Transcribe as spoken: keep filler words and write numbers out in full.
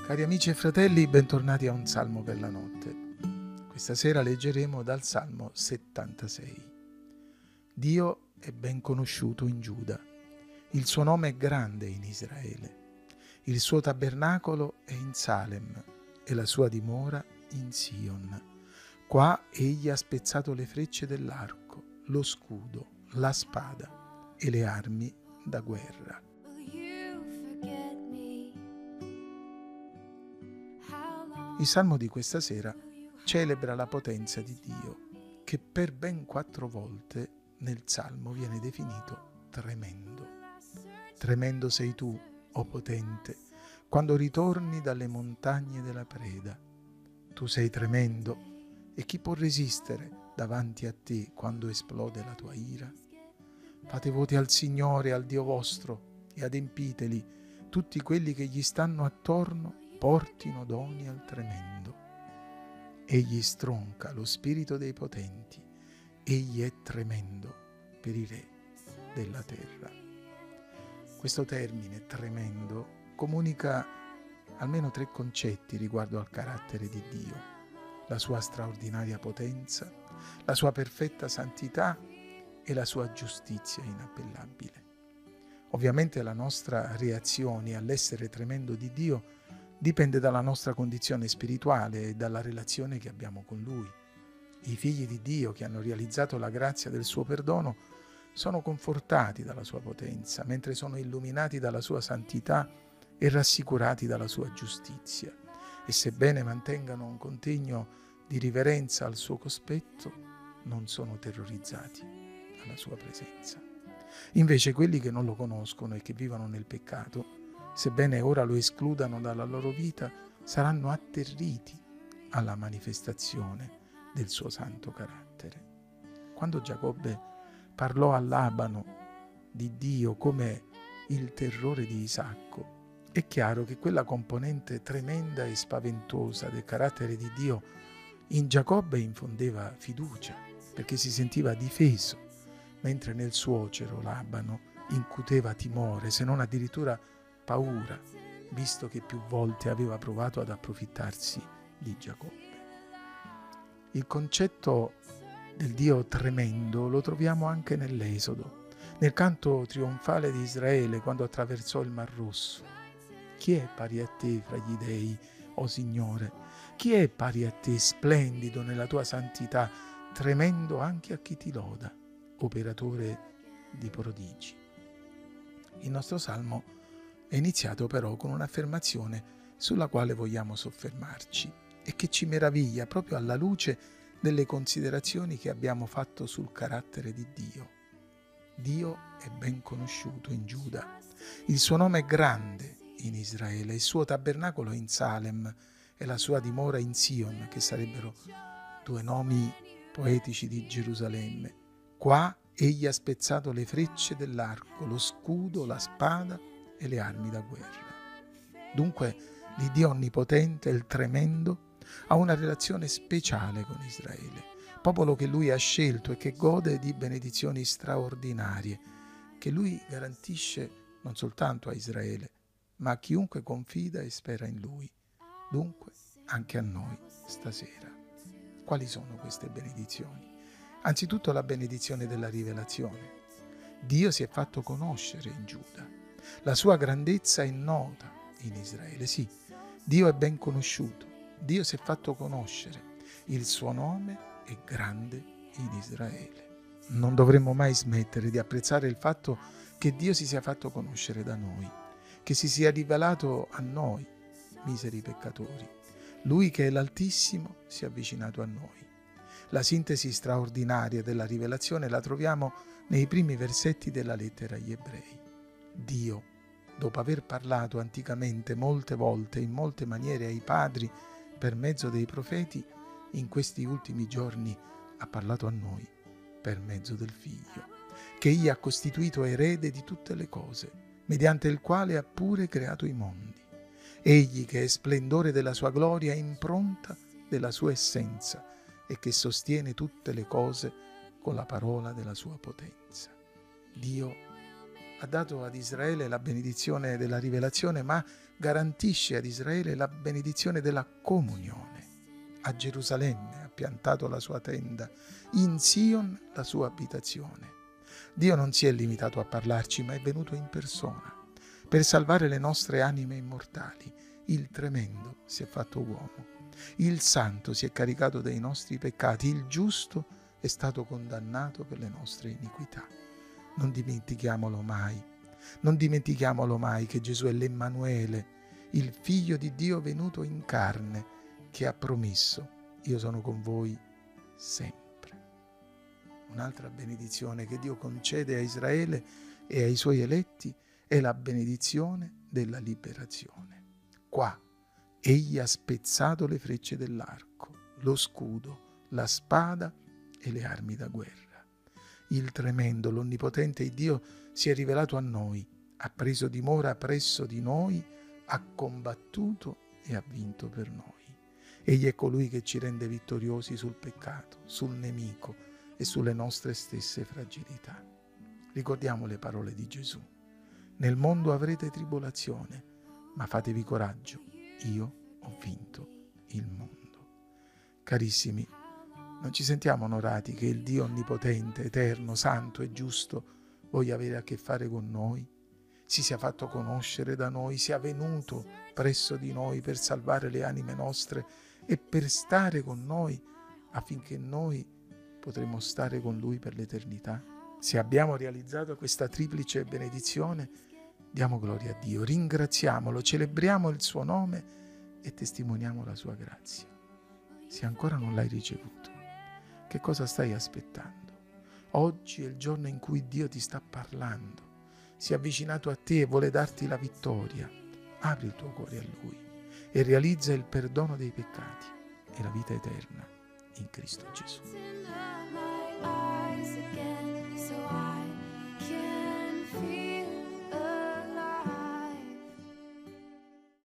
Cari amici e fratelli, bentornati a un Salmo per la notte. Questa sera leggeremo dal Salmo settantasei. Dio è ben conosciuto in Giuda, il suo nome è grande in Israele. Il suo tabernacolo è in Salem e la sua dimora in Sion. Qua egli ha spezzato le frecce dell'arco, lo scudo, la spada e le armi da guerra. Il Salmo di questa sera celebra la potenza di Dio, che per ben quattro volte nel Salmo viene definito tremendo. Tremendo sei tu, o potente, quando ritorni dalle montagne della preda. Tu sei tremendo, e chi può resistere davanti a te quando esplode la tua ira? Fate voti al Signore, al Dio vostro, e adempiteli, tutti quelli che gli stanno attorno, portino doni al tremendo. Egli stronca lo spirito dei potenti, egli è tremendo per i re della terra. Questo termine tremendo comunica almeno tre concetti riguardo al carattere di Dio: la sua straordinaria potenza, la sua perfetta santità e la sua giustizia inappellabile. Ovviamente la nostra reazione all'essere tremendo di Dio dipende dalla nostra condizione spirituale e dalla relazione che abbiamo con Lui. I figli di Dio che hanno realizzato la grazia del suo perdono sono confortati dalla sua potenza, mentre sono illuminati dalla sua santità e rassicurati dalla sua giustizia. E sebbene mantengano un continuo di riverenza al suo cospetto, non sono terrorizzati dalla sua presenza. Invece quelli che non lo conoscono e che vivono nel peccato, sebbene ora lo escludano dalla loro vita, saranno atterriti alla manifestazione del suo santo carattere. Quando Giacobbe parlò a Labano di Dio come il terrore di Isacco, è chiaro che quella componente tremenda e spaventosa del carattere di Dio in Giacobbe infondeva fiducia, perché si sentiva difeso, mentre nel suocero Labano incuteva timore, se non addirittura paura, visto che più volte aveva provato ad approfittarsi di Giacobbe. Il concetto del Dio tremendo lo troviamo anche nell'Esodo, nel canto trionfale di Israele quando attraversò il Mar Rosso. Chi è pari a te fra gli dei, o Signore? Chi è pari a te, splendido nella tua santità, tremendo anche a chi ti loda, operatore di prodigi? Il nostro salmo è iniziato però con un'affermazione sulla quale vogliamo soffermarci e che ci meraviglia proprio alla luce delle considerazioni che abbiamo fatto sul carattere di Dio. Dio è ben conosciuto in Giuda, il suo nome è grande in Israele, il suo tabernacolo è in Salem e la sua dimora in Sion, che sarebbero due nomi poetici di Gerusalemme. Qua egli ha spezzato le frecce dell'arco, lo scudo, la spada e le armi da guerra. Dunque l'Iddio onnipotente, il tremendo, ha una relazione speciale con Israele, popolo che lui ha scelto e che gode di benedizioni straordinarie, che lui garantisce non soltanto a Israele, ma a chiunque confida e spera in lui. Dunque anche a noi stasera. Quali sono queste benedizioni? Anzitutto la benedizione della rivelazione. Dio si è fatto conoscere in Giuda. La sua grandezza è nota in Israele. Sì, Dio è ben conosciuto. Dio si è fatto conoscere. Il suo nome è grande in Israele. Non dovremmo mai smettere di apprezzare il fatto che Dio si sia fatto conoscere da noi, che si sia rivelato a noi, miseri peccatori. Lui che è l'Altissimo si è avvicinato a noi. La sintesi straordinaria della rivelazione la troviamo nei primi versetti della lettera agli Ebrei. Dio, dopo aver parlato anticamente molte volte in molte maniere ai padri per mezzo dei profeti, in questi ultimi giorni ha parlato a noi per mezzo del Figlio, che egli ha costituito erede di tutte le cose, mediante il quale ha pure creato i mondi. Egli che è splendore della sua gloria e impronta della sua essenza e che sostiene tutte le cose con la parola della sua potenza. Dio ha dato ad Israele la benedizione della rivelazione, ma garantisce ad Israele la benedizione della comunione. A Gerusalemme ha piantato la sua tenda, in Sion la sua abitazione. Dio non si è limitato a parlarci, ma è venuto in persona per salvare le nostre anime immortali. Il tremendo si è fatto uomo. Il santo si è caricato dei nostri peccati. Il giusto è stato condannato per le nostre iniquità. Non dimentichiamolo mai. Non dimentichiamolo mai che Gesù è l'Emmanuele, il Figlio di Dio venuto in carne, che ha promesso: io sono con voi sempre. Un'altra benedizione che Dio concede a Israele e ai suoi eletti è la benedizione della liberazione. Qua egli ha spezzato le frecce dell'arco, lo scudo, la spada e le armi da guerra. Il tremendo, l'onnipotente Dio si è rivelato a noi, ha preso dimora presso di noi, ha combattuto e ha vinto per noi. Egli è colui che ci rende vittoriosi sul peccato, sul nemico e sulle nostre stesse fragilità. Ricordiamo le parole di Gesù: nel mondo avrete tribolazione, ma fatevi coraggio, io ho vinto il mondo. Carissimi, non ci sentiamo onorati che il Dio onnipotente, eterno, santo e giusto voglia avere a che fare con noi, si sia fatto conoscere da noi, sia venuto presso di noi per salvare le anime nostre e per stare con noi affinché noi potremo stare con Lui per l'eternità? Se abbiamo realizzato questa triplice benedizione, diamo gloria a Dio, ringraziamolo, celebriamo il suo nome e testimoniamo la sua grazia. Se ancora non l'hai ricevuto, che cosa stai aspettando? Oggi è il giorno in cui Dio ti sta parlando, si è avvicinato a te e vuole darti la vittoria. Apri il tuo cuore a Lui e realizza il perdono dei peccati e la vita eterna in Cristo Gesù.